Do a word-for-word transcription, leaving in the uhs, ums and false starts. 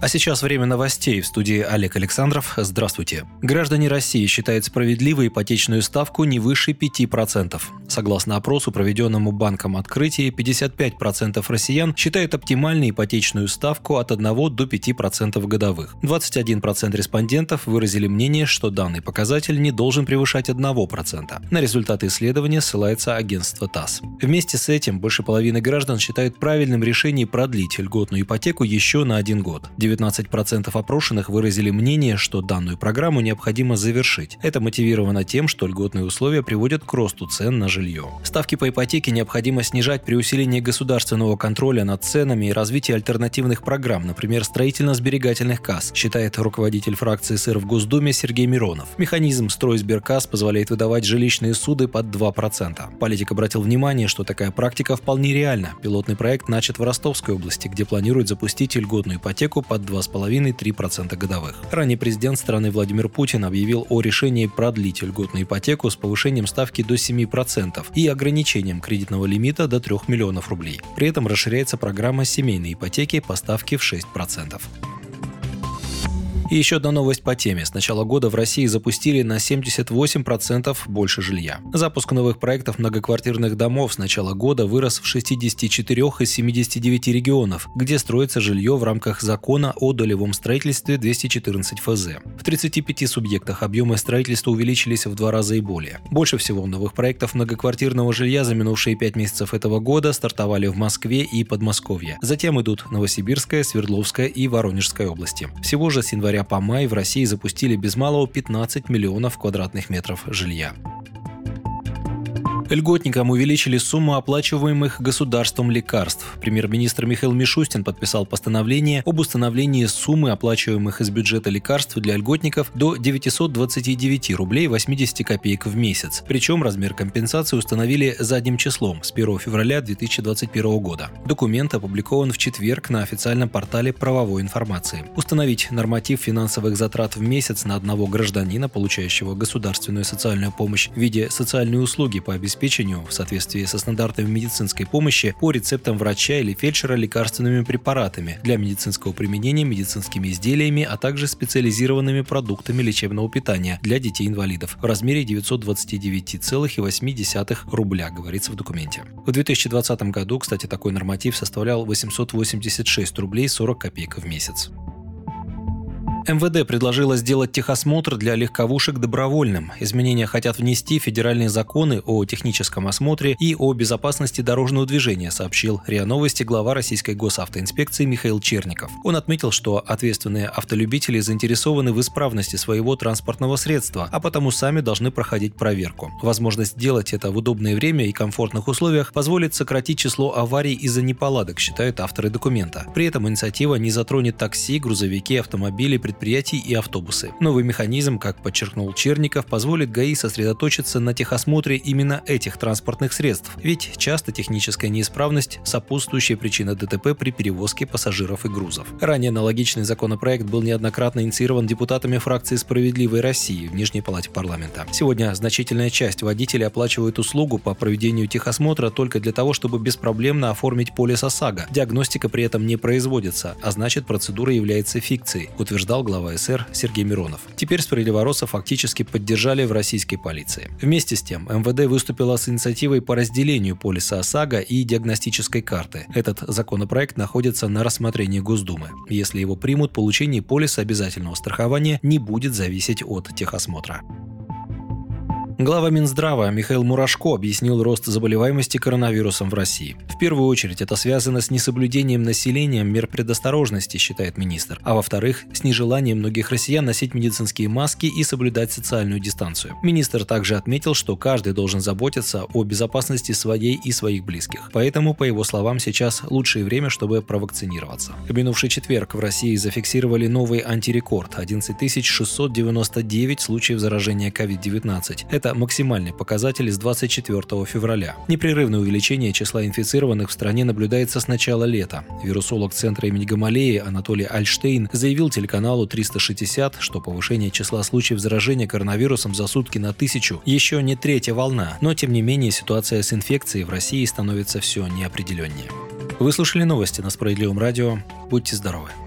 А сейчас время новостей. В студии Олег Александров. Здравствуйте. Граждане России считают справедливой ипотечную ставку не выше пяти процентов. Согласно опросу, проведенному Банком Открытия, пятьдесят пять процентов россиян считают оптимальной ипотечную ставку от одного до пяти процентов годовых. двадцать один процент респондентов выразили мнение, что данный показатель не должен превышать одного процента. На результаты исследования ссылается агентство ТАСС. Вместе с этим больше половины граждан считают правильным решением продлить льготную ипотеку еще на один год. девятнадцать процентов опрошенных выразили мнение, что данную программу необходимо завершить. Это мотивировано тем, что льготные условия приводят к росту цен на жилье. Ставки по ипотеке необходимо снижать при усилении государственного контроля над ценами и развитии альтернативных программ, например, строительно-сберегательных касс, считает руководитель фракции СР в Госдуме Сергей Миронов. Механизм «Стройсберкасс» позволяет выдавать жилищные суды под два процента. Политик обратил внимание, что такая практика вполне реальна. Пилотный проект начат в Ростовской области, где планируют запустить льготную ипотеку под два целых пять десятых - три процента годовых. Ранее президент страны Владимир Путин объявил о решении продлить льготную ипотеку с повышением ставки до семи процентов и ограничением кредитного лимита до трёх миллионов рублей. При этом расширяется программа семейной ипотеки по ставке в шесть процентов. И еще одна новость по теме. С начала года в России запустили на семьдесят восемь процентов больше жилья. Запуск новых проектов многоквартирных домов с начала года вырос в шестидесяти четырёх из семидесяти девяти регионов, где строится жилье в рамках закона о долевом строительстве двести четырнадцать эф зэ. В тридцати пяти субъектах объемы строительства увеличились в два раза и более. Больше всего новых проектов многоквартирного жилья за минувшие пять месяцев этого года стартовали в Москве и Подмосковье. Затем идут Новосибирская, Свердловская и Воронежская области. Всего же с января по май в России запустили без малого пятнадцать миллионов квадратных метров жилья. Льготникам увеличили сумму оплачиваемых государством лекарств. Премьер-министр Михаил Мишустин подписал постановление об установлении суммы оплачиваемых из бюджета лекарств для льготников до девятисот двадцати девяти рублей восьмидесяти копеек в месяц. Причем размер компенсации установили задним числом с первого февраля две тысячи двадцать первого года. Документ опубликован в четверг на официальном портале правовой информации. Установить норматив финансовых затрат в месяц на одного гражданина, получающего государственную социальную помощь в виде социальной услуги по обеспечению в соответствии со стандартами медицинской помощи по рецептам врача или фельдшера лекарственными препаратами для медицинского применения, медицинскими изделиями, а также специализированными продуктами лечебного питания для детей-инвалидов в размере девятьсот двадцать девять целых восемь десятых рубля, говорится в документе. В две тысячи двадцатом году, кстати, такой норматив составлял восемьсот восемьдесят шесть рублей сорок копеек в месяц. эм вэ дэ предложило сделать техосмотр для легковушек добровольным. Изменения хотят внести федеральные законы о техническом осмотре и о безопасности дорожного движения, сообщил РИА Новости глава Российской госавтоинспекции Михаил Черников. Он отметил, что ответственные автолюбители заинтересованы в исправности своего транспортного средства, а потому сами должны проходить проверку. Возможность делать это в удобное время и комфортных условиях позволит сократить число аварий из-за неполадок, считают авторы документа. При этом инициатива не затронет такси, грузовики, автомобили, предприятия, предприятий и автобусы. Новый механизм, как подчеркнул Черников, позволит ГАИ сосредоточиться на техосмотре именно этих транспортных средств, ведь часто техническая неисправность – сопутствующая причина дэ тэ пэ при перевозке пассажиров и грузов. Ранее аналогичный законопроект был неоднократно инициирован депутатами фракции «Справедливой России» в Нижней палате парламента. Сегодня значительная часть водителей оплачивает услугу по проведению техосмотра только для того, чтобы беспроблемно оформить полис ОСАГО. Диагностика при этом не производится, а значит, процедура является фикцией, утверждал глава эс эр Сергей Миронов. Теперь справедливороса фактически поддержали в российской полиции. Вместе с тем, эм вэ дэ выступила с инициативой по разделению полиса ОСАГО и диагностической карты. Этот законопроект находится на рассмотрении Госдумы. Если его примут, получение полиса обязательного страхования не будет зависеть от техосмотра. Глава Минздрава Михаил Мурашко объяснил рост заболеваемости коронавирусом в России. В первую очередь это связано с несоблюдением населением мер предосторожности, считает министр, а во-вторых, с нежеланием многих россиян носить медицинские маски и соблюдать социальную дистанцию. Министр также отметил, что каждый должен заботиться о безопасности своей и своих близких. Поэтому, по его словам, сейчас лучшее время, чтобы провакцинироваться. В минувший четверг в России зафиксировали новый антирекорд – одиннадцать тысяч шестьсот девяносто девять случаев заражения ковид девятнадцать. Это максимальный показатель с двадцать четвёртого февраля. Непрерывное увеличение числа инфицированных в стране наблюдается с начала лета. Вирусолог Центра имени Гамалеи Анатолий Альштейн заявил телеканалу триста шестьдесят, что повышение числа случаев заражения коронавирусом за сутки на тысячу еще не третья волна, но тем не менее ситуация с инфекцией в России становится все неопределеннее. Вы слушали новости на Справедливом радио. Будьте здоровы.